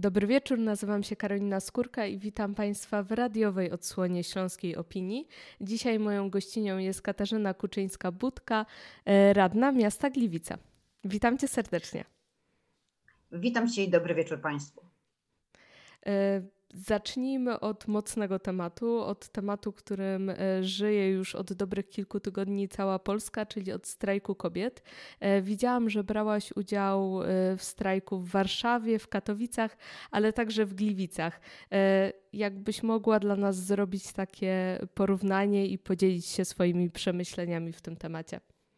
Dobry wieczór, nazywam się Karolina Skórka i witam Państwa w radiowej odsłonie Śląskiej Opinii. Dzisiaj moją gościnią jest Katarzyna Kuczyńska-Budka, radna miasta Gliwice. Witam Cię serdecznie. Witam Cię i dobry wieczór Państwu. Zacznijmy od mocnego tematu, od tematu, którym żyje już od dobrych kilku tygodni cała Polska, czyli od strajku kobiet. Widziałam, że brałaś udział w strajku w Warszawie, w Katowicach, ale także w Gliwicach. Jakbyś mogła dla nas zrobić takie porównanie i podzielić się swoimi przemyśleniami w tym temacie?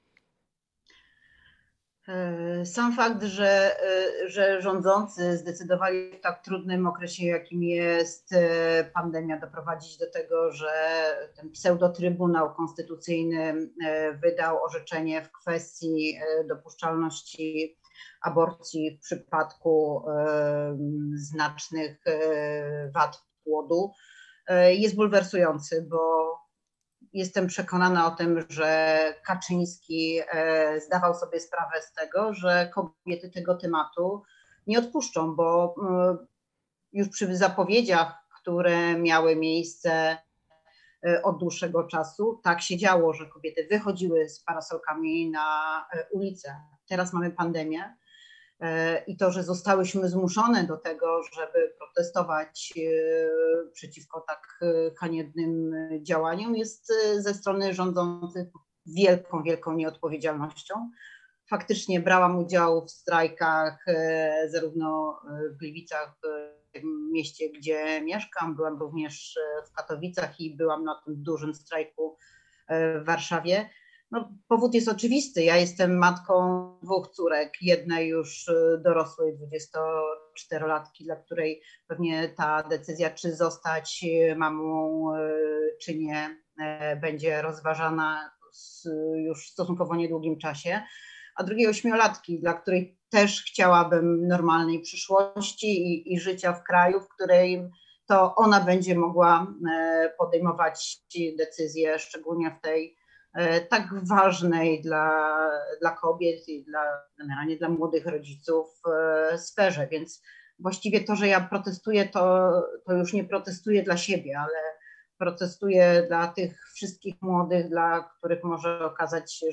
Sam fakt, że rządzący zdecydowali w tak trudnym okresie, jakim jest pandemia, doprowadzić do tego, że ten pseudo-Trybunał Konstytucyjny wydał orzeczenie w kwestii dopuszczalności aborcji w przypadku znacznych wad płodu, jest bulwersujący, bo jestem przekonana o tym, że Kaczyński zdawał sobie sprawę z tego, że kobiety tego tematu nie odpuszczą, bo już przy zapowiedziach, które miały miejsce od dłuższego czasu, tak się działo, że kobiety wychodziły z parasolkami na ulicę. Teraz mamy pandemię i to, że zostałyśmy zmuszone do tego, żeby protestować przeciwko tak haniebnym działaniom, jest ze strony rządzących wielką nieodpowiedzialnością. Faktycznie brałam udział w strajkach zarówno w Gliwicach, w mieście, gdzie mieszkam, byłam również w Katowicach i byłam na tym dużym strajku w Warszawie. No, powód jest oczywisty. Ja jestem matką 2 córek, jednej już dorosłej 24-latki, dla której pewnie ta decyzja, czy zostać mamą, czy nie, będzie rozważana już w stosunkowo niedługim czasie. A drugiej 8-latki, dla której też chciałabym normalnej przyszłości i życia w kraju, w której to ona będzie mogła podejmować decyzje, szczególnie w tej tak ważnej dla kobiet i generalnie dla młodych rodziców sferze. Więc właściwie to, że ja protestuję, to już nie protestuję dla siebie, ale protestuję dla tych wszystkich młodych, dla których może okazać się,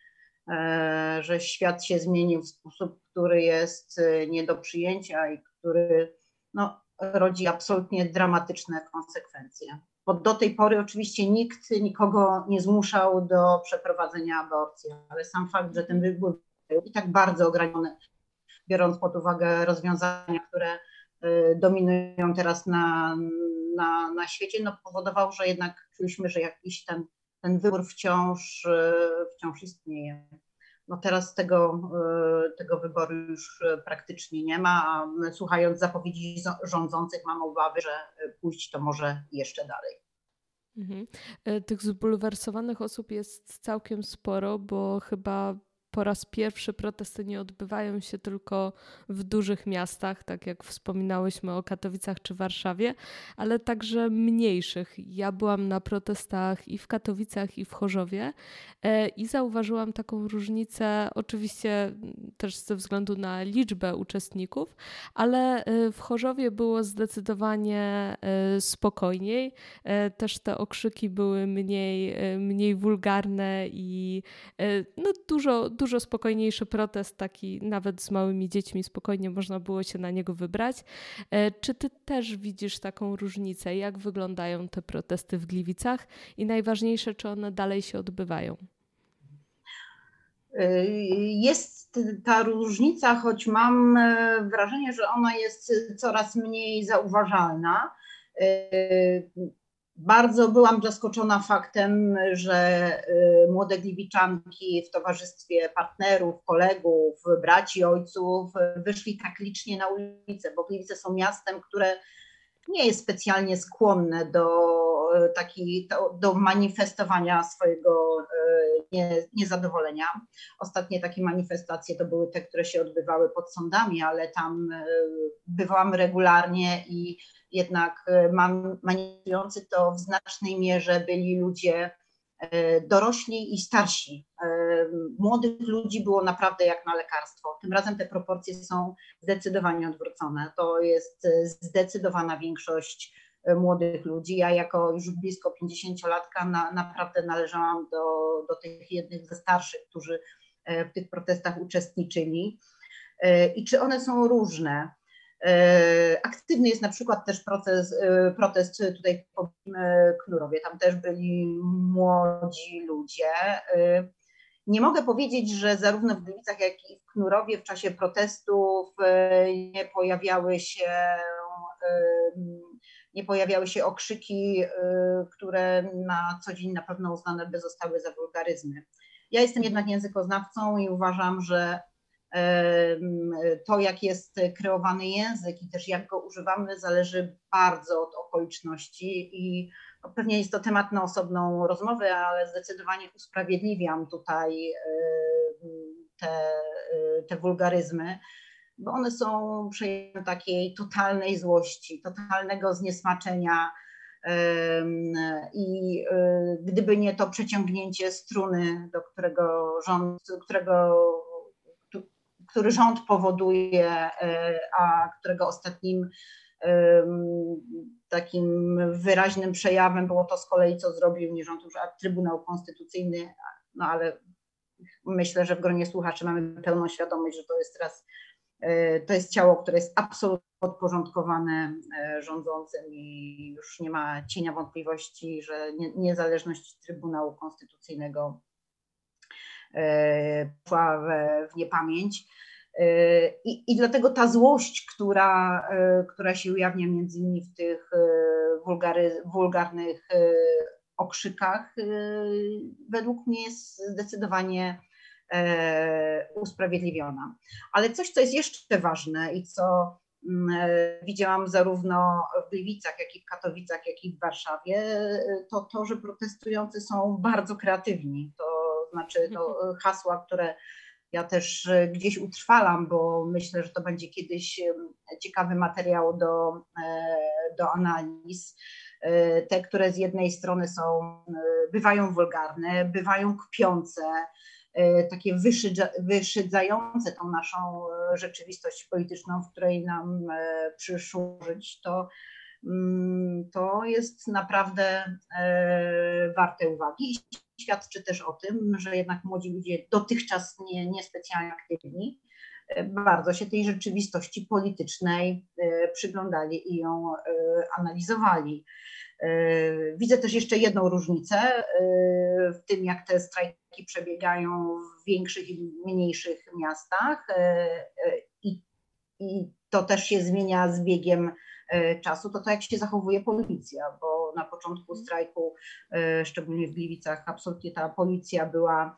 że świat się zmienił w sposób, który jest nie do przyjęcia i który rodzi absolutnie dramatyczne konsekwencje. Bo do tej pory oczywiście nikt nikogo nie zmuszał do przeprowadzenia aborcji, ale sam fakt, że ten wybór był i tak bardzo ograniczony, biorąc pod uwagę rozwiązania, które dominują teraz na świecie, powodował, że jednak czuliśmy, że jakiś ten wybór wciąż istnieje. Teraz tego wyboru już praktycznie nie ma, a słuchając zapowiedzi rządzących mam obawy, że pójść to może jeszcze dalej. Tych zbulwersowanych osób jest całkiem sporo, bo chyba po raz pierwszy protesty nie odbywają się tylko w dużych miastach, tak jak wspominałyśmy o Katowicach czy Warszawie, ale także mniejszych. Ja byłam na protestach i w Katowicach, i w Chorzowie i zauważyłam taką różnicę, oczywiście też ze względu na liczbę uczestników, ale w Chorzowie było zdecydowanie spokojniej. Też te okrzyki były mniej wulgarne i dużo spokojniejszy protest, taki nawet z małymi dziećmi spokojnie można było się na niego wybrać. Czy ty też widzisz taką różnicę? Jak wyglądają te protesty w Gliwicach? I najważniejsze, czy one dalej się odbywają? Jest ta różnica, choć mam wrażenie, że ona jest coraz mniej zauważalna. Bardzo byłam zaskoczona faktem, że młode Gliwiczanki w towarzystwie partnerów, kolegów, braci, ojców wyszli tak licznie na ulicę, bo Gliwice są miastem, które nie jest specjalnie skłonne do manifestowania swojego niezadowolenia. Ostatnie takie manifestacje to były te, które się odbywały pod sądami, ale tam bywałam regularnie i jednak manifestujący to w znacznej mierze byli ludzie dorośli i starsi. Młodych ludzi było naprawdę jak na lekarstwo. Tym razem te proporcje są zdecydowanie odwrócone. To jest zdecydowana większość młodych ludzi. Ja jako już blisko 50-latka naprawdę należałam do tych jednych ze starszych, którzy w tych protestach uczestniczyli. I czy one są różne? Aktywny jest na przykład też protest tutaj w Knurowie. Tam też byli młodzi ludzie. Nie mogę powiedzieć, że zarówno w Gliwicach, jak i w Knurowie w czasie protestów nie pojawiały się okrzyki, które na co dzień na pewno uznane by zostały za wulgaryzmy. Ja jestem jednak językoznawcą i uważam, że to, jak jest kreowany język i też jak go używamy, zależy bardzo od okoliczności i pewnie jest to temat na osobną rozmowę, ale zdecydowanie usprawiedliwiam tutaj te wulgaryzmy, bo one są przejawem takiej totalnej złości, totalnego zniesmaczenia i gdyby nie to przeciągnięcie struny, do który rząd powoduje, a którego ostatnim takim wyraźnym przejawem było to z kolei, co zrobił nie rząd, już a Trybunał Konstytucyjny, no ale myślę, że w gronie słuchaczy mamy pełną świadomość, że to jest ciało, które jest absolutnie podporządkowane rządzącym i już nie ma cienia wątpliwości, że niezależność Trybunału Konstytucyjnego poszła w niepamięć. I dlatego ta złość, która się ujawnia między innymi w tych wulgarnych okrzykach, według mnie jest zdecydowanie usprawiedliwiona. Ale coś, co jest jeszcze ważne i co widziałam zarówno w Gliwicach, jak i w Katowicach, jak i w Warszawie, to, że protestujący są bardzo kreatywni. To znaczy to hasła, które ja też gdzieś utrwalam, bo myślę, że to będzie kiedyś ciekawy materiał do analiz. Te, które z jednej strony bywają wulgarne, bywają kpiące, takie wyszydzające tą naszą rzeczywistość polityczną, w której nam przyszło żyć, to jest naprawdę warte uwagi. I świadczy też o tym, że jednak młodzi ludzie dotychczas niespecjalnie aktywni, bardzo się tej rzeczywistości politycznej przyglądali i ją analizowali. Widzę też jeszcze jedną różnicę w tym, jak te strajki przebiegają w większych i mniejszych miastach i to też się zmienia z biegiem czasu, to jak się zachowuje policja, bo na początku strajku, szczególnie w Gliwicach, absolutnie ta policja była,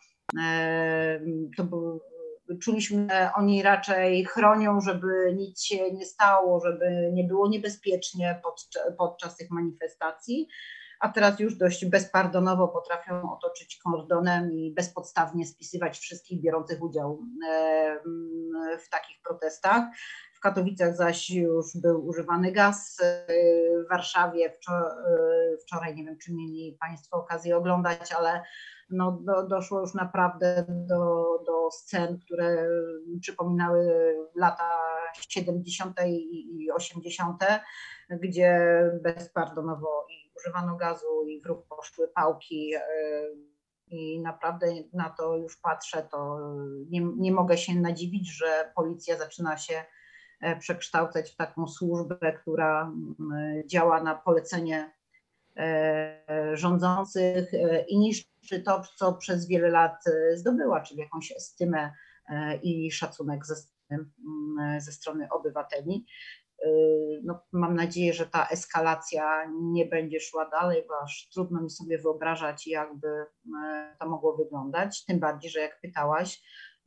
czuliśmy, że oni raczej chronią, żeby nic się nie stało, żeby nie było niebezpiecznie podczas tych manifestacji, a teraz już dość bezpardonowo potrafią otoczyć kordonem i bezpodstawnie spisywać wszystkich biorących udział w takich protestach. W Katowicach zaś już był używany gaz, w Warszawie wczoraj, nie wiem, czy mieli Państwo okazję oglądać, ale no, doszło już naprawdę do scen, które przypominały lata 70. i 80., gdzie bezpardonowo i używano gazu i w ruch poszły pałki i naprawdę na to już patrzę, to nie mogę się nadziwić, że policja zaczyna się przekształcać w taką służbę, która działa na polecenie rządzących i niszczy to, co przez wiele lat zdobyła, czyli jakąś estymę i szacunek ze strony obywateli. No, mam nadzieję, że ta eskalacja nie będzie szła dalej, bo aż trudno mi sobie wyobrażać, jakby to mogło wyglądać. Tym bardziej, że jak pytałaś,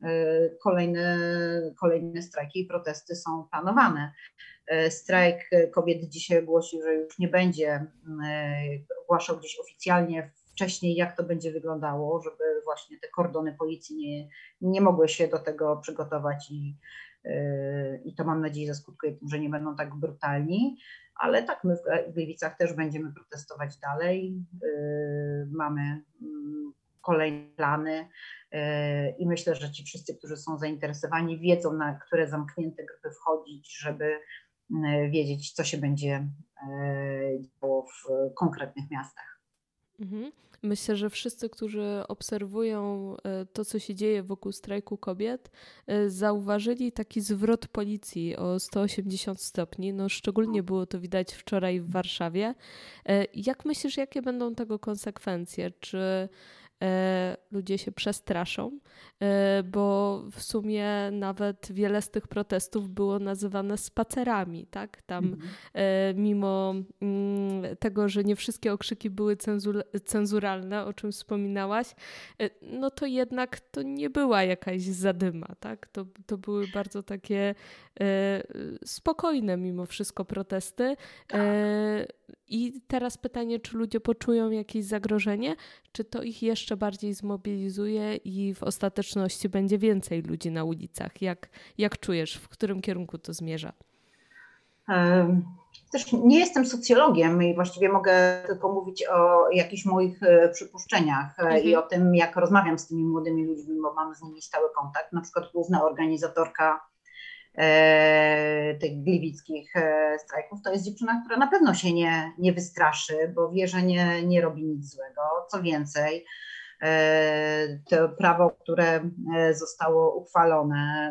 kolejne strajki i protesty są planowane. Strajk kobiet dzisiaj ogłosił, że już nie będzie ogłaszał gdzieś oficjalnie wcześniej, jak to będzie wyglądało, żeby właśnie te kordony policji nie mogły się do tego przygotować i i to mam nadzieję zaskutkuje tym, że nie będą tak brutalni, ale tak, my w Gliwicach też będziemy protestować dalej. Mamy kolejne plany i myślę, że ci wszyscy, którzy są zainteresowani, wiedzą, na które zamknięte grupy wchodzić, żeby wiedzieć, co się będzie działo w konkretnych miastach. Mhm. Myślę, że wszyscy, którzy obserwują to, co się dzieje wokół strajku kobiet, zauważyli taki zwrot policji o 180 stopni. No, szczególnie było to widać wczoraj w Warszawie. Jak myślisz, jakie będą tego konsekwencje? Czy ludzie się przestraszą? Bo w sumie nawet wiele z tych protestów było nazywane spacerami, tak? Tam mimo tego, że nie wszystkie okrzyki były cenzuralne, o czym wspominałaś, no to jednak to nie była jakaś zadyma, tak? To były bardzo takie spokojne mimo wszystko protesty. I teraz pytanie, czy ludzie poczują jakieś zagrożenie, czy to ich jeszcze bardziej zmobilizuje i w ostateczności będzie więcej ludzi na ulicach? Jak czujesz, w którym kierunku to zmierza? Też nie jestem socjologiem i właściwie mogę tylko mówić o jakichś moich przypuszczeniach i o tym, jak rozmawiam z tymi młodymi ludźmi, bo mam z nimi stały kontakt. Na przykład główna organizatorka tych gliwickich strajków to jest dziewczyna, która na pewno się nie wystraszy, bo wie, że nie robi nic złego. Co więcej, to prawo, które zostało uchwalone,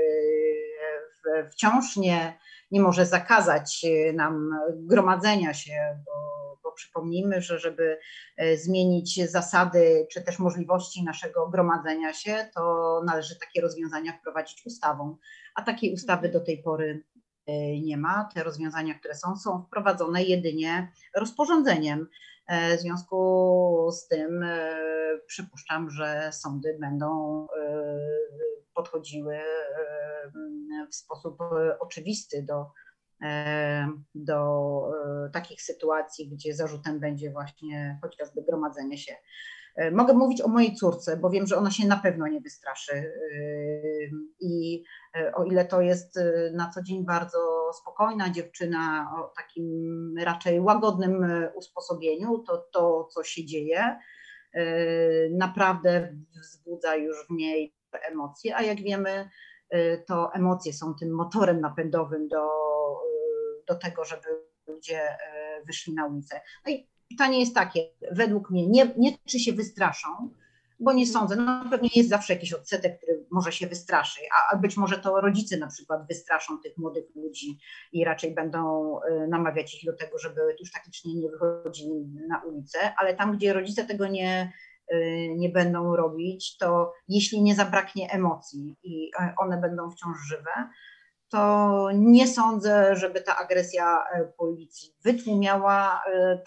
wciąż nie może zakazać nam gromadzenia się, bo przypomnijmy, że żeby zmienić zasady czy też możliwości naszego gromadzenia się, to należy takie rozwiązania wprowadzić ustawą, a takiej ustawy do tej pory nie ma. Te rozwiązania, które są wprowadzone jedynie rozporządzeniem. W związku z tym przypuszczam, że sądy będą podchodziły w sposób oczywisty do takich sytuacji, gdzie zarzutem będzie właśnie chociażby gromadzenie się. Mogę mówić o mojej córce, bo wiem, że ona się na pewno nie wystraszy i o ile to jest na co dzień bardzo spokojna dziewczyna o takim raczej łagodnym usposobieniu, to co się dzieje, naprawdę wzbudza już w niej emocje, a jak wiemy, to emocje są tym motorem napędowym do tego, żeby ludzie wyszli na ulicę. No i pytanie jest takie, według mnie, nie czy się wystraszą, bo nie sądzę, no pewnie jest zawsze jakiś odsetek, który może się wystraszy, a być może to rodzice na przykład wystraszą tych młodych ludzi i raczej będą namawiać ich do tego, żeby już taktycznie nie wychodzili na ulicę, ale tam, gdzie rodzice tego nie będą robić, to jeśli nie zabraknie emocji i one będą wciąż żywe, to nie sądzę, żeby ta agresja policji wytłumiała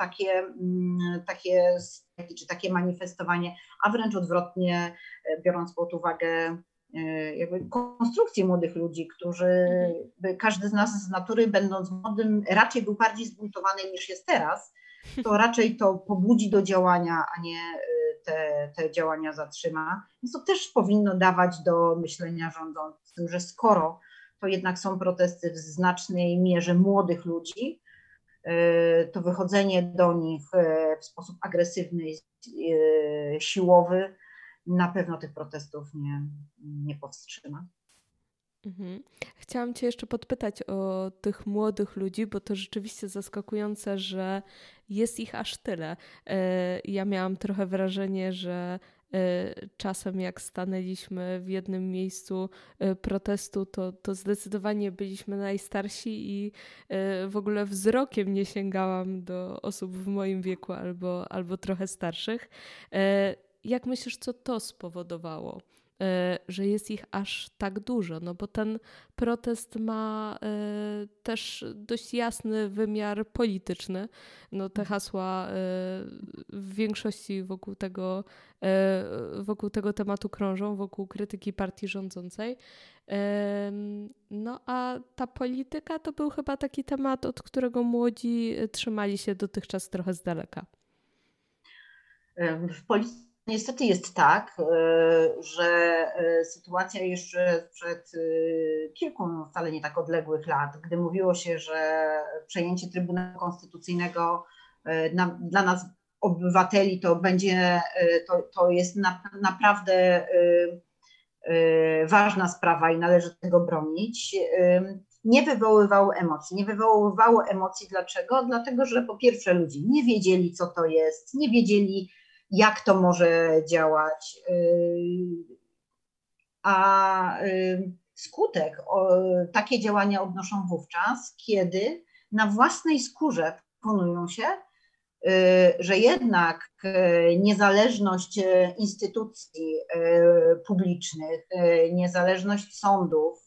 takie czy takie manifestowanie, a wręcz odwrotnie, biorąc pod uwagę jakby konstrukcję młodych ludzi, którzy każdy z nas z natury, będąc młodym, raczej był bardziej zbuntowany niż jest teraz, to raczej to pobudzi do działania, a nie te działania zatrzyma. Więc to też powinno dawać do myślenia rządzącym, że skoro to jednak są protesty w znacznej mierze młodych ludzi, to wychodzenie do nich w sposób agresywny, siłowy na pewno tych protestów nie powstrzyma. Chciałam Cię jeszcze podpytać o tych młodych ludzi, bo to rzeczywiście zaskakujące, że jest ich aż tyle. Ja miałam trochę wrażenie, że czasem jak stanęliśmy w jednym miejscu protestu, to zdecydowanie byliśmy najstarsi i w ogóle wzrokiem nie sięgałam do osób w moim wieku albo trochę starszych. Jak myślisz, co to spowodowało? Że jest ich aż tak dużo, no bo ten protest ma też dość jasny wymiar polityczny. No te hasła w większości wokół tego tematu krążą, wokół krytyki partii rządzącej. No a ta polityka to był chyba taki temat, od którego młodzi trzymali się dotychczas trochę z daleka. W polityce Niestety jest tak, że sytuacja jeszcze sprzed kilku, no wcale nie tak odległych lat, gdy mówiło się, że przejęcie Trybunału Konstytucyjnego dla nas obywateli to będzie, to jest naprawdę ważna sprawa i należy tego bronić, nie wywoływało emocji. Nie wywoływało emocji dlaczego? Dlatego, że po pierwsze ludzie nie wiedzieli, co to jest, nie wiedzieli, jak to może działać, a skutek takie działania odnoszą wówczas, kiedy na własnej skórze przekonują się, że jednak niezależność instytucji publicznych, niezależność sądów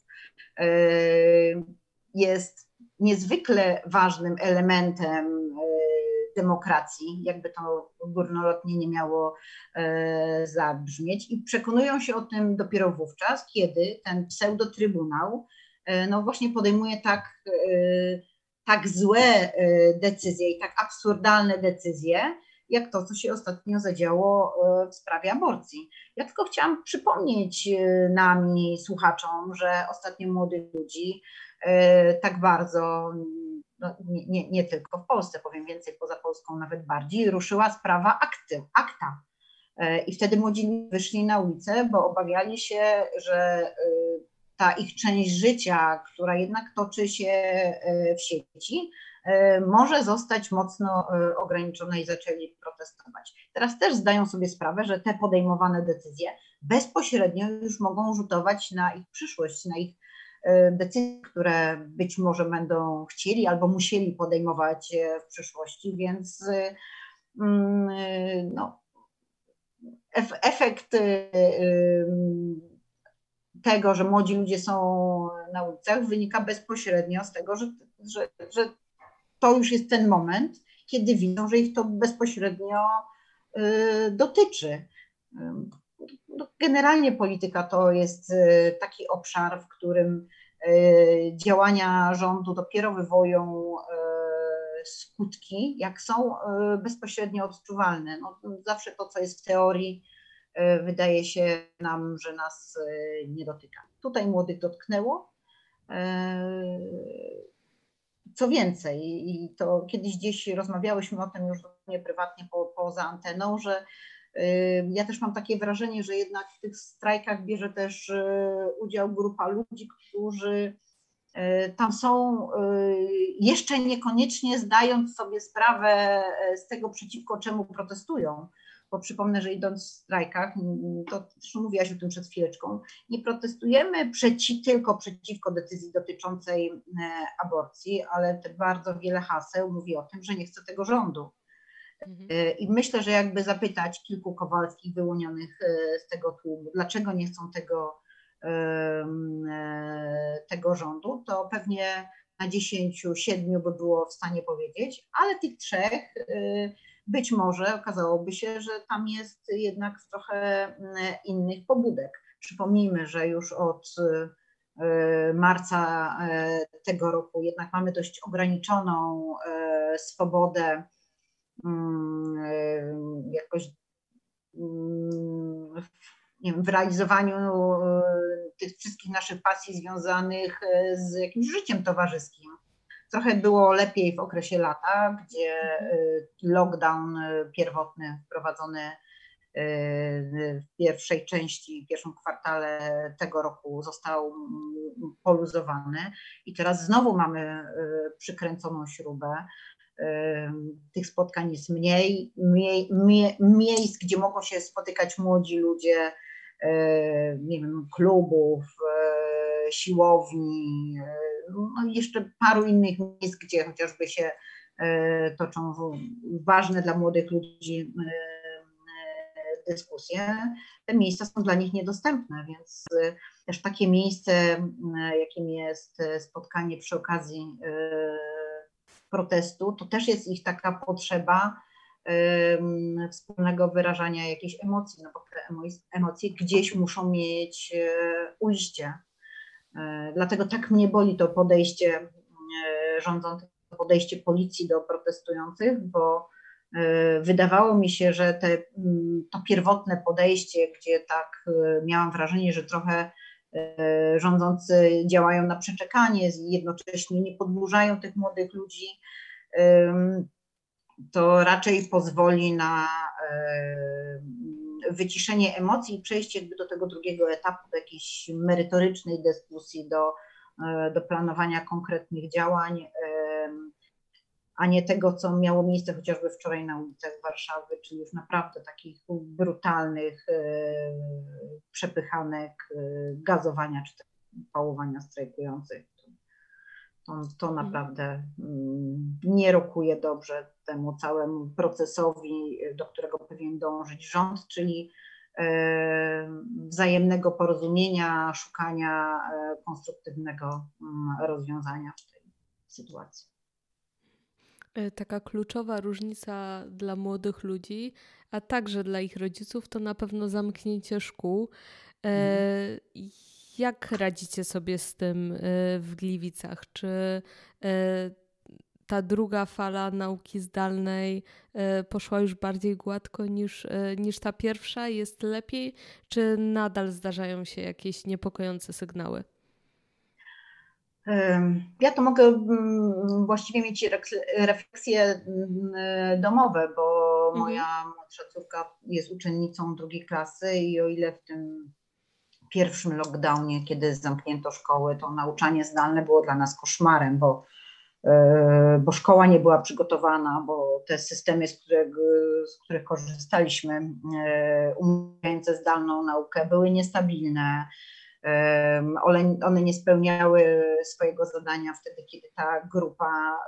jest niezwykle ważnym elementem demokracji, jakby to górnolotnie nie miało zabrzmieć, i przekonują się o tym dopiero wówczas, kiedy ten pseudotrybunał no właśnie podejmuje tak złe decyzje i tak absurdalne decyzje, jak to, co się ostatnio zadziało w sprawie aborcji. Ja tylko chciałam przypomnieć nam i słuchaczom, że ostatnio młodych ludzi tak bardzo, no nie tylko w Polsce, powiem więcej, poza Polską nawet bardziej, ruszyła sprawa akta. I wtedy młodzi wyszli na ulicę, bo obawiali się, że ta ich część życia, która jednak toczy się w sieci, może zostać mocno ograniczona i zaczęli protestować. Teraz też zdają sobie sprawę, że te podejmowane decyzje bezpośrednio już mogą rzutować na ich przyszłość, na ich decyzje, które być może będą chcieli albo musieli podejmować w przyszłości, więc no, efekt tego, że młodzi ludzie są na ulicach, wynika bezpośrednio z tego, że to już jest ten moment, kiedy widzą, że ich to bezpośrednio dotyczy. Generalnie polityka to jest taki obszar, w którym działania rządu dopiero wywołują skutki, jak są bezpośrednio odczuwalne. No, zawsze to, co jest w teorii, wydaje się nam, że nas nie dotyka. Tutaj młodych dotknęło. Co więcej, i to kiedyś gdzieś rozmawiałyśmy o tym już prywatnie poza anteną, że ja też mam takie wrażenie, że jednak w tych strajkach bierze też udział grupa ludzi, którzy tam są jeszcze niekoniecznie zdając sobie sprawę z tego, przeciwko czemu protestują. Bo przypomnę, że idąc w strajkach, to zresztą mówiłaś o tym przed chwileczką, nie protestujemy tylko przeciwko decyzji dotyczącej aborcji, ale bardzo wiele haseł mówi o tym, że nie chce tego rządu. I myślę, że jakby zapytać kilku Kowalskich wyłonionych z tego tłumu, dlaczego nie chcą tego rządu, to pewnie na 10, 7 by było w stanie powiedzieć, ale tych 3 być może okazałoby się, że tam jest jednak trochę innych pobudek. Przypomnijmy, że już od marca tego roku jednak mamy dość ograniczoną swobodę jakoś nie wiem, w realizowaniu tych wszystkich naszych pasji związanych z jakimś życiem towarzyskim. Trochę było lepiej w okresie lata, gdzie lockdown pierwotny wprowadzony w pierwszej części, w pierwszym kwartale tego roku został poluzowany i teraz znowu mamy przykręconą śrubę. Tych spotkań jest mniej, miejsc, gdzie mogą się spotykać młodzi ludzie, nie wiem, klubów, siłowni, no i jeszcze paru innych miejsc, gdzie chociażby się toczą ważne dla młodych ludzi dyskusje. Te miejsca są dla nich niedostępne, więc też takie miejsce, jakim jest spotkanie przy okazji protestu, to też jest ich taka potrzeba wspólnego wyrażania jakichś emocji, no bo te emocje gdzieś muszą mieć ujście. Dlatego tak mnie boli to podejście rządzących, podejście policji do protestujących, bo Wydawało mi się, że to pierwotne podejście, gdzie tak miałam wrażenie, że trochę rządzący działają na przeczekanie, jednocześnie nie podburzają tych młodych ludzi, to raczej pozwoli na wyciszenie emocji i przejście jakby do tego drugiego etapu, do jakiejś merytorycznej dyskusji, do planowania konkretnych działań, a nie tego, co miało miejsce chociażby wczoraj na ulicach Warszawy, czyli już naprawdę takich brutalnych przepychanek, gazowania czy pałowania strajkujących. To naprawdę nie rokuje dobrze temu całemu procesowi, do którego powinien dążyć rząd, czyli wzajemnego porozumienia, szukania konstruktywnego rozwiązania w tej sytuacji. Taka kluczowa różnica dla młodych ludzi, a także dla ich rodziców, to na pewno zamknięcie szkół. Jak radzicie sobie z tym w Gliwicach? Czy ta druga fala nauki zdalnej poszła już bardziej gładko niż ta pierwsza? Jest lepiej? Czy nadal zdarzają się jakieś niepokojące sygnały? Ja to mogę właściwie mieć refleksje domowe, bo moja młodsza córka jest uczennicą drugiej klasy i o ile w tym pierwszym lockdownie, kiedy zamknięto szkoły, to nauczanie zdalne było dla nas koszmarem, bo szkoła nie była przygotowana, bo te systemy, z których korzystaliśmy, umożliwiające zdalną naukę, były niestabilne. One nie spełniały swojego zadania wtedy, kiedy ta grupa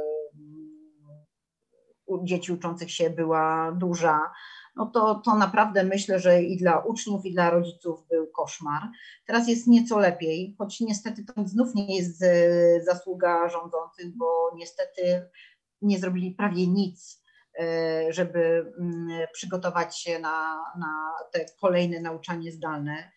dzieci uczących się była duża. No to naprawdę myślę, że i dla uczniów, i dla rodziców był koszmar. Teraz jest nieco lepiej, choć niestety to znów nie jest zasługa rządzących, bo niestety nie zrobili prawie nic, żeby przygotować się na te kolejne nauczanie zdalne.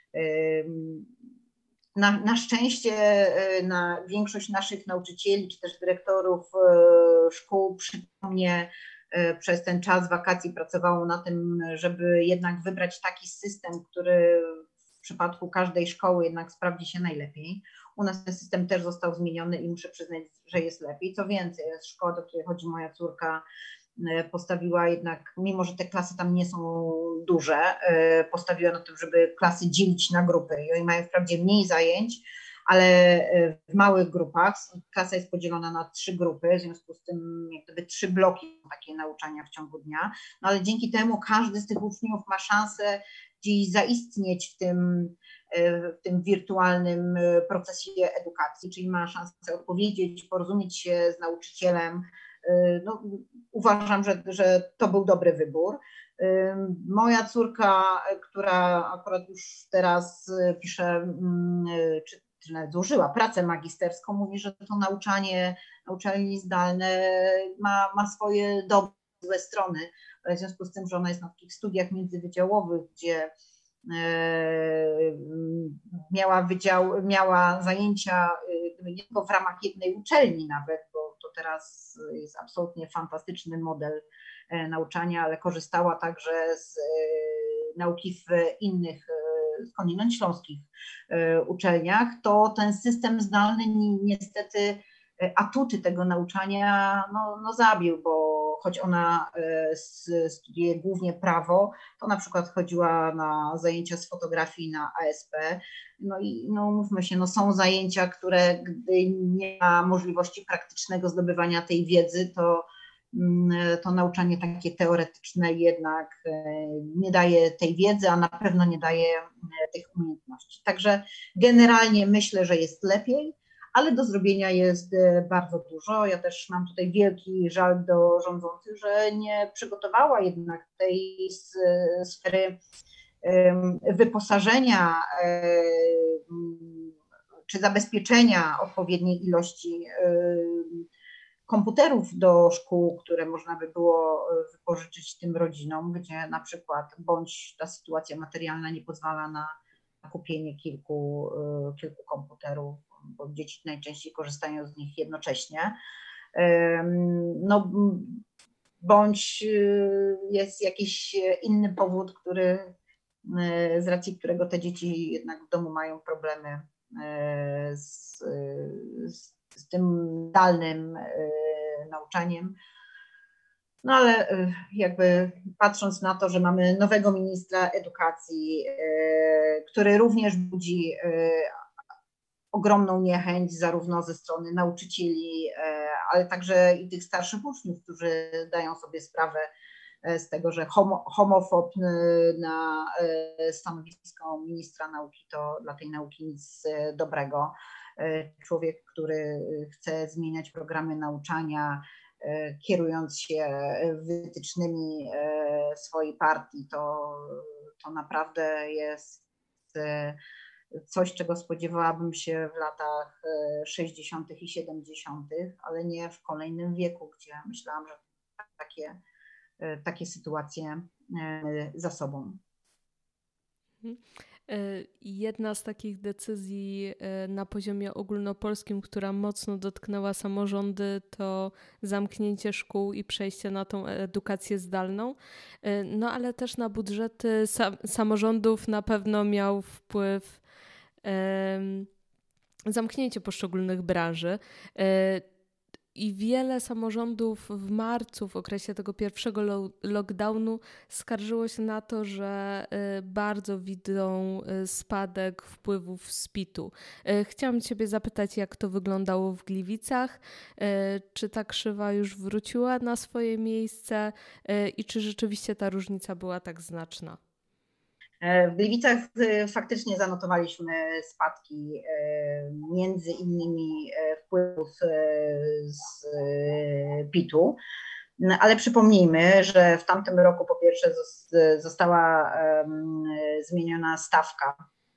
Na szczęście na większość naszych nauczycieli czy też dyrektorów szkół przytomnie przez ten czas wakacji pracowało na tym, żeby jednak wybrać taki system, który w przypadku każdej szkoły jednak sprawdzi się najlepiej. U nas ten system też został zmieniony i muszę przyznać, że jest lepiej. Co więcej, szkoła, do której chodzi moja córka, postawiła jednak, mimo że te klasy tam nie są duże, postawiła na to, żeby klasy dzielić na grupy i oni mają wprawdzie mniej zajęć, ale w małych grupach klasa jest podzielona na 3 grupy, w związku z tym jak gdyby 3 bloki takie nauczania w ciągu dnia, no ale dzięki temu każdy z tych uczniów ma szansę gdzieś zaistnieć w tym wirtualnym procesie edukacji, czyli ma szansę odpowiedzieć, porozumieć się z nauczycielem. No, uważam, że to był dobry wybór. Moja córka, która akurat już teraz pisze, czy nawet złożyła pracę magisterską, mówi, że to nauczanie zdalne ma swoje dobre, złe strony. W związku z tym, że ona jest na takich studiach międzywydziałowych, gdzie miała zajęcia nie tylko w ramach jednej uczelni nawet, bo to teraz jest absolutnie fantastyczny model nauczania, ale korzystała także z nauki w innych, skądinąd śląskich uczelniach, to ten system zdalny niestety atuty tego nauczania zabił, bo choć ona studiuje głównie prawo, to na przykład chodziła na zajęcia z fotografii na ASP. No i mówmy się, są zajęcia, które gdy nie ma możliwości praktycznego zdobywania tej wiedzy, to nauczanie takie teoretyczne jednak nie daje tej wiedzy, a na pewno nie daje tych umiejętności. Także generalnie myślę, że jest lepiej, ale do zrobienia jest bardzo dużo. Ja też mam tutaj wielki żal do rządzących, że nie przygotowała jednak tej sfery wyposażenia czy zabezpieczenia odpowiedniej ilości komputerów do szkół, które można by było wypożyczyć tym rodzinom, gdzie na przykład bądź ta sytuacja materialna nie pozwala na kupienie kilku komputerów, bo dzieci najczęściej korzystają z nich jednocześnie. bądź jest jakiś inny powód, z racji którego te dzieci jednak w domu mają problemy z tym zdalnym nauczaniem. No ale jakby patrząc na to, że mamy nowego ministra edukacji, który również budzi ogromną niechęć zarówno ze strony nauczycieli, ale także i tych starszych uczniów, którzy dają sobie sprawę z tego, że homofob na stanowisko ministra nauki to dla tej nauki nic dobrego. Człowiek, który chce zmieniać programy nauczania, kierując się wytycznymi swojej partii, to naprawdę jest coś, czego spodziewałabym się w latach 60. i 70., ale nie w kolejnym wieku, gdzie myślałam, że takie sytuacje za sobą. Jedna z takich decyzji na poziomie ogólnopolskim, która mocno dotknęła samorządy, to zamknięcie szkół i przejście na tą edukację zdalną. No ale też na budżety samorządów na pewno miał wpływ zamknięcie poszczególnych branży. I wiele samorządów w marcu, w okresie tego pierwszego lockdownu, skarżyło się na to, że bardzo widzą spadek wpływów z PIT-u. Chciałam Ciebie zapytać, jak to wyglądało w Gliwicach? Czy ta krzywa już wróciła na swoje miejsce i czy rzeczywiście ta różnica była tak znaczna? W Gliwicach faktycznie zanotowaliśmy spadki, między innymi wpływów z PIT-u, ale przypomnijmy, że w tamtym roku po pierwsze została zmieniona stawka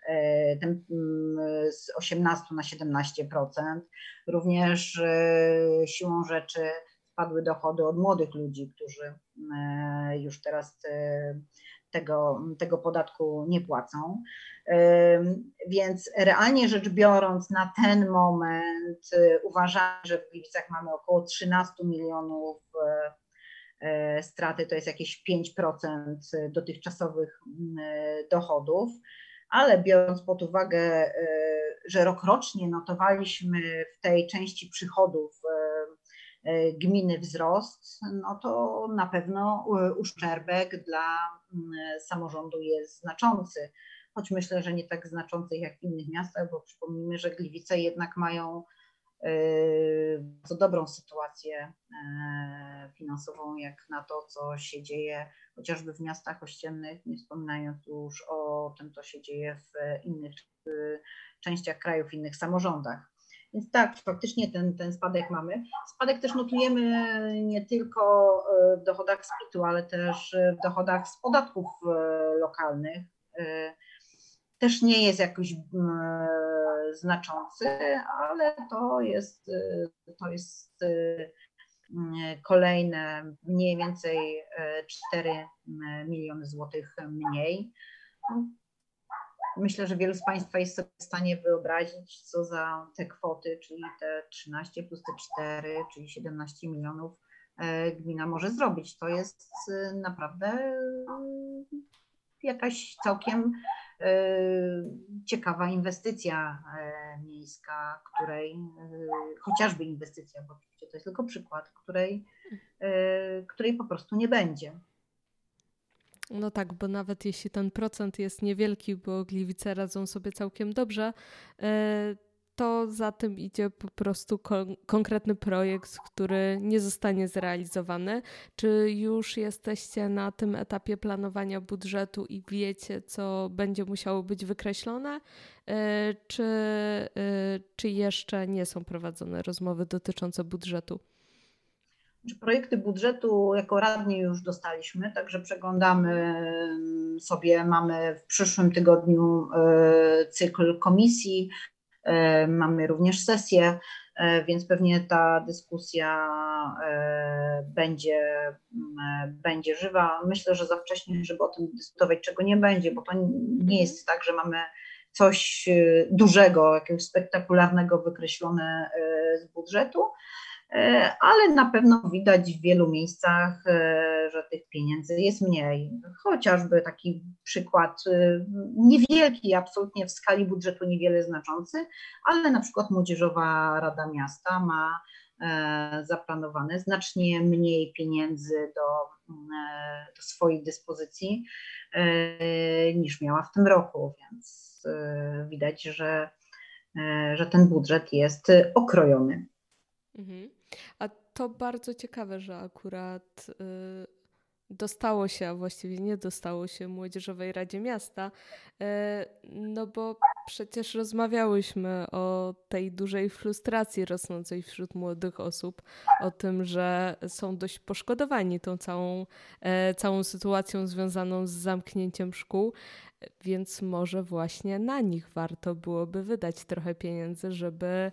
z 18 na 17%. Również siłą rzeczy spadły dochody od młodych ludzi, którzy już teraz tego podatku nie płacą. Więc realnie rzecz biorąc, na ten moment uważam, że w Gliwicach mamy około 13 milionów straty, to jest jakieś 5% dotychczasowych dochodów, ale biorąc pod uwagę, że rokrocznie notowaliśmy w tej części przychodów gminy wzrost, no to na pewno uszczerbek dla samorządu jest znaczący, choć myślę, że nie tak znaczący jak w innych miastach, bo przypomnijmy, że Gliwice jednak mają bardzo dobrą sytuację finansową jak na to, co się dzieje chociażby w miastach ościennych, nie wspominając już o tym, co się dzieje w innych częściach kraju, w innych samorządach. Więc tak, faktycznie ten spadek mamy. Spadek też notujemy nie tylko w dochodach z PIT-u, ale też w dochodach z podatków lokalnych. Też nie jest jakoś znaczący, ale to jest kolejne mniej więcej 4 miliony złotych mniej. Myślę, że wielu z Państwa jest sobie w stanie wyobrazić, co za te kwoty, czyli te 13 plus te 4, czyli 17 milionów gmina może zrobić. To jest naprawdę jakaś całkiem ciekawa inwestycja miejska, chociażby inwestycja, bo oczywiście to jest tylko przykład, której po prostu nie będzie. No tak, bo nawet jeśli ten procent jest niewielki, bo Gliwice radzą sobie całkiem dobrze, to za tym idzie po prostu konkretny projekt, który nie zostanie zrealizowany. Czy już jesteście na tym etapie planowania budżetu i wiecie, co będzie musiało być wykreślone, czy jeszcze nie są prowadzone rozmowy dotyczące budżetu? Projekty budżetu jako radni już dostaliśmy, także przeglądamy sobie, mamy w przyszłym tygodniu cykl komisji, mamy również sesję, więc pewnie ta dyskusja będzie żywa. Myślę, że za wcześnie, żeby o tym dyskutować, czego nie będzie, bo to nie jest tak, że mamy coś dużego, jakiegoś spektakularnego wykreślone z budżetu, ale na pewno widać w wielu miejscach, że tych pieniędzy jest mniej. Chociażby taki przykład niewielki, absolutnie w skali budżetu niewiele znaczący, ale na przykład Młodzieżowa Rada Miasta ma zaplanowane znacznie mniej pieniędzy do swojej dyspozycji niż miała w tym roku, więc widać, że ten budżet jest okrojony. Mhm. A to bardzo ciekawe, że akurat dostało się, a właściwie nie dostało się Młodzieżowej Radzie Miasta, no bo przecież rozmawiałyśmy o tej dużej frustracji rosnącej wśród młodych osób, o tym, że są dość poszkodowani tą całą sytuacją związaną z zamknięciem szkół, więc może właśnie na nich warto byłoby wydać trochę pieniędzy, żeby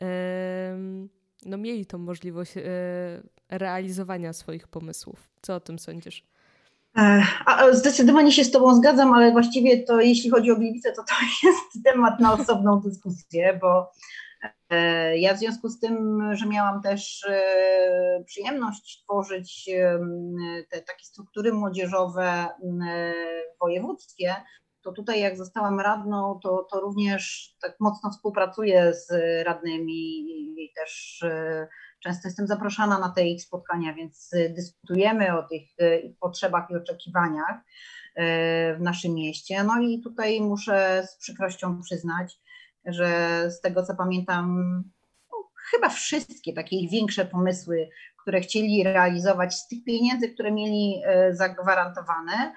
no mieli tą możliwość realizowania swoich pomysłów. Co o tym sądzisz? Zdecydowanie się z Tobą zgadzam, ale właściwie to jeśli chodzi o Gliwice, to jest temat na osobną dyskusję, bo ja w związku z tym, że miałam też przyjemność tworzyć te takie struktury młodzieżowe w województwie, to tutaj jak zostałam radną, to również tak mocno współpracuję z radnymi i też często jestem zapraszana na te ich spotkania, więc dyskutujemy o tych potrzebach i oczekiwaniach w naszym mieście. No i tutaj muszę z przykrością przyznać, że z tego co pamiętam, no, chyba wszystkie takie ich większe pomysły, które chcieli realizować z tych pieniędzy, które mieli zagwarantowane,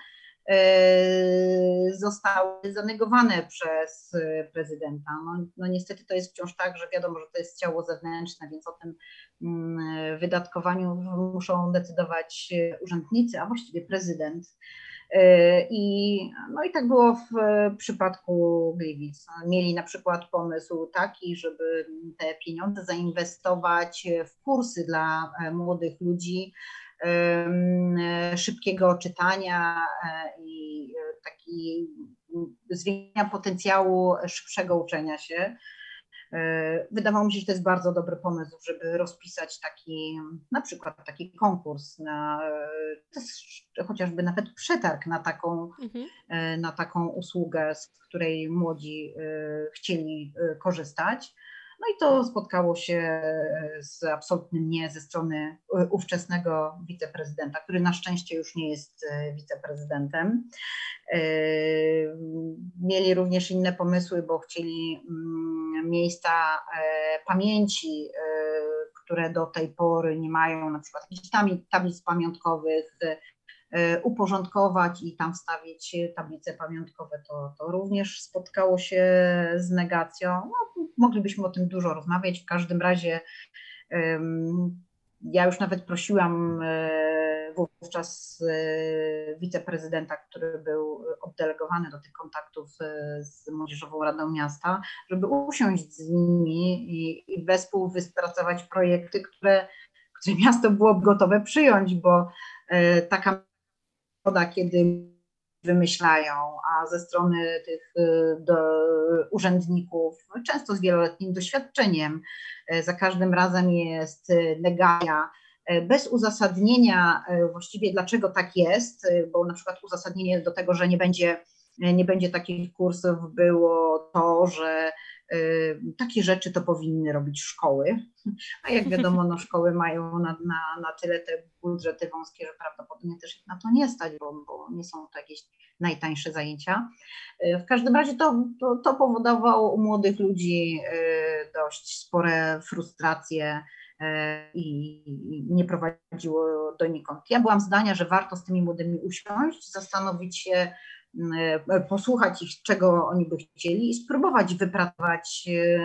zostały zanegowane przez prezydenta. No niestety to jest wciąż tak, że wiadomo, że to jest ciało zewnętrzne, więc o tym wydatkowaniu muszą decydować urzędnicy, a właściwie prezydent. No i tak było w przypadku Gliwic. Mieli na przykład pomysł taki, żeby te pieniądze zainwestować w kursy dla młodych ludzi, szybkiego czytania i taki zwiększenia potencjału szybszego uczenia się. Wydawało mi się, że to jest bardzo dobry pomysł, żeby rozpisać na przykład taki konkurs, chociażby nawet przetarg na taką usługę, z której młodzi chcieli korzystać. No i to spotkało się z absolutnym nie ze strony ówczesnego wiceprezydenta, który na szczęście już nie jest wiceprezydentem. Mieli również inne pomysły, bo chcieli miejsca pamięci, które do tej pory nie mają, na przykład jakichś tablic pamiątkowych, uporządkować i tam wstawić tablice pamiątkowe, to również spotkało się z negacją. No, moglibyśmy o tym dużo rozmawiać. W każdym razie ja już nawet prosiłam wówczas wiceprezydenta, który był oddelegowany do tych kontaktów z Młodzieżową Radą Miasta, żeby usiąść z nimi i wespół wypracować projekty, które miasto byłoby gotowe przyjąć, bo taka metoda, kiedy wymyślają, a ze strony tych urzędników, często z wieloletnim doświadczeniem, za każdym razem jest negacja, bez uzasadnienia właściwie dlaczego tak jest, bo na przykład uzasadnienie do tego, że nie będzie takich kursów było to, że takie rzeczy to powinny robić szkoły, a jak wiadomo, no szkoły mają na tyle te budżety wąskie, że prawdopodobnie też ich na to nie stać, bo nie są to jakieś najtańsze zajęcia. W każdym razie to powodowało u młodych ludzi dość spore frustracje i nie prowadziło donikąd. Ja byłam zdania, że warto z tymi młodymi usiąść, zastanowić się, posłuchać ich, czego oni by chcieli i spróbować wypracować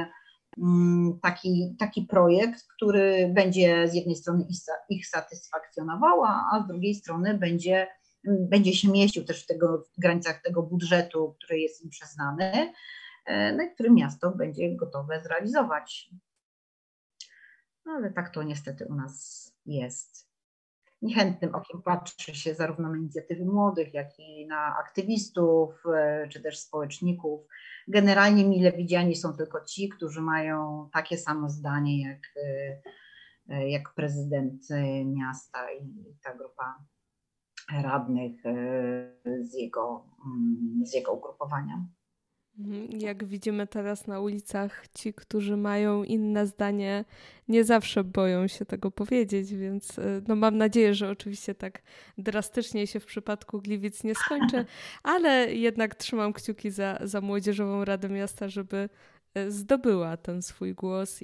taki projekt, który będzie z jednej strony ich satysfakcjonował, a z drugiej strony będzie się mieścił też w granicach tego budżetu, który jest im przyznany, no i który miasto będzie gotowe zrealizować. No ale tak to niestety u nas jest. Niechętnym okiem patrzy się zarówno na inicjatywy młodych, jak i na aktywistów, czy też społeczników. Generalnie mile widziani są tylko ci, którzy mają takie samo zdanie jak prezydent miasta i ta grupa radnych z jego ugrupowania. Jak widzimy teraz na ulicach, ci, którzy mają inne zdanie, nie zawsze boją się tego powiedzieć, więc no mam nadzieję, że oczywiście tak drastycznie się w przypadku Gliwic nie skończy, ale jednak trzymam kciuki za Młodzieżową Radę Miasta, żeby zdobyła ten swój głos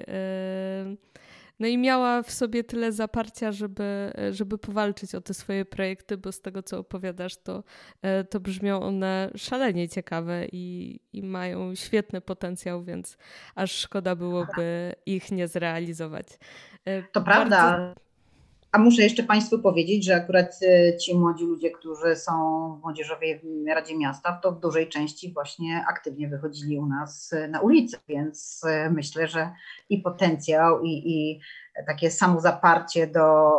no i miała w sobie tyle zaparcia, żeby powalczyć o te swoje projekty, bo z tego, co opowiadasz, to brzmią one szalenie ciekawe i mają świetny potencjał, więc aż szkoda byłoby ich nie zrealizować. To prawda. A muszę jeszcze Państwu powiedzieć, że akurat ci młodzi ludzie, którzy są w Młodzieżowej Radzie Miasta, to w dużej części właśnie aktywnie wychodzili u nas na ulicę, więc myślę, że i potencjał, i takie samozaparcie do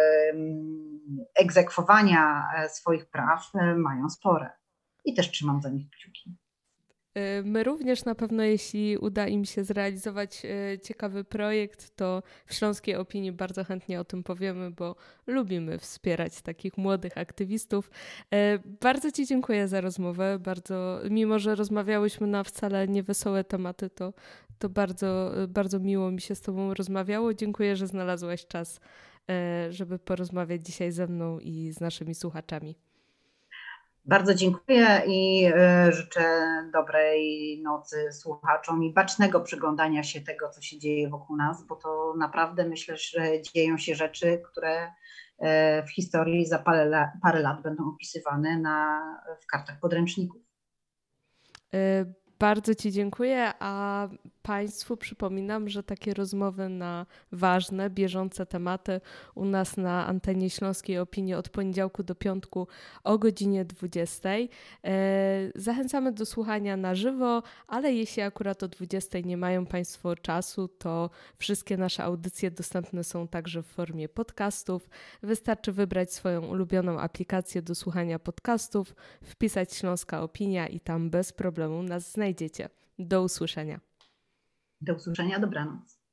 egzekwowania swoich praw mają spore. I też trzymam za nich kciuki. My również na pewno, jeśli uda im się zrealizować ciekawy projekt, to w Śląskiej Opinii bardzo chętnie o tym powiemy, bo lubimy wspierać takich młodych aktywistów. Bardzo Ci dziękuję za rozmowę. Mimo że rozmawiałyśmy na wcale niewesołe tematy, to bardzo, bardzo miło mi się z Tobą rozmawiało. Dziękuję, że znalazłaś czas, żeby porozmawiać dzisiaj ze mną i z naszymi słuchaczami. Bardzo dziękuję i życzę dobrej nocy słuchaczom i bacznego przyglądania się tego, co się dzieje wokół nas, bo to naprawdę myślę, że dzieją się rzeczy, które w historii za parę lat będą opisywane w kartach podręczników. Bardzo Ci dziękuję, a Państwu przypominam, że takie rozmowy na ważne, bieżące tematy u nas na antenie Śląskiej Opinii od poniedziałku do piątku o godzinie 20. Zachęcamy do słuchania na żywo, ale jeśli akurat o 20 nie mają Państwo czasu, to wszystkie nasze audycje dostępne są także w formie podcastów. Wystarczy wybrać swoją ulubioną aplikację do słuchania podcastów, wpisać Śląska Opinia i tam bez problemu nas znajdziecie. Do usłyszenia. Do usłyszenia, dobranoc.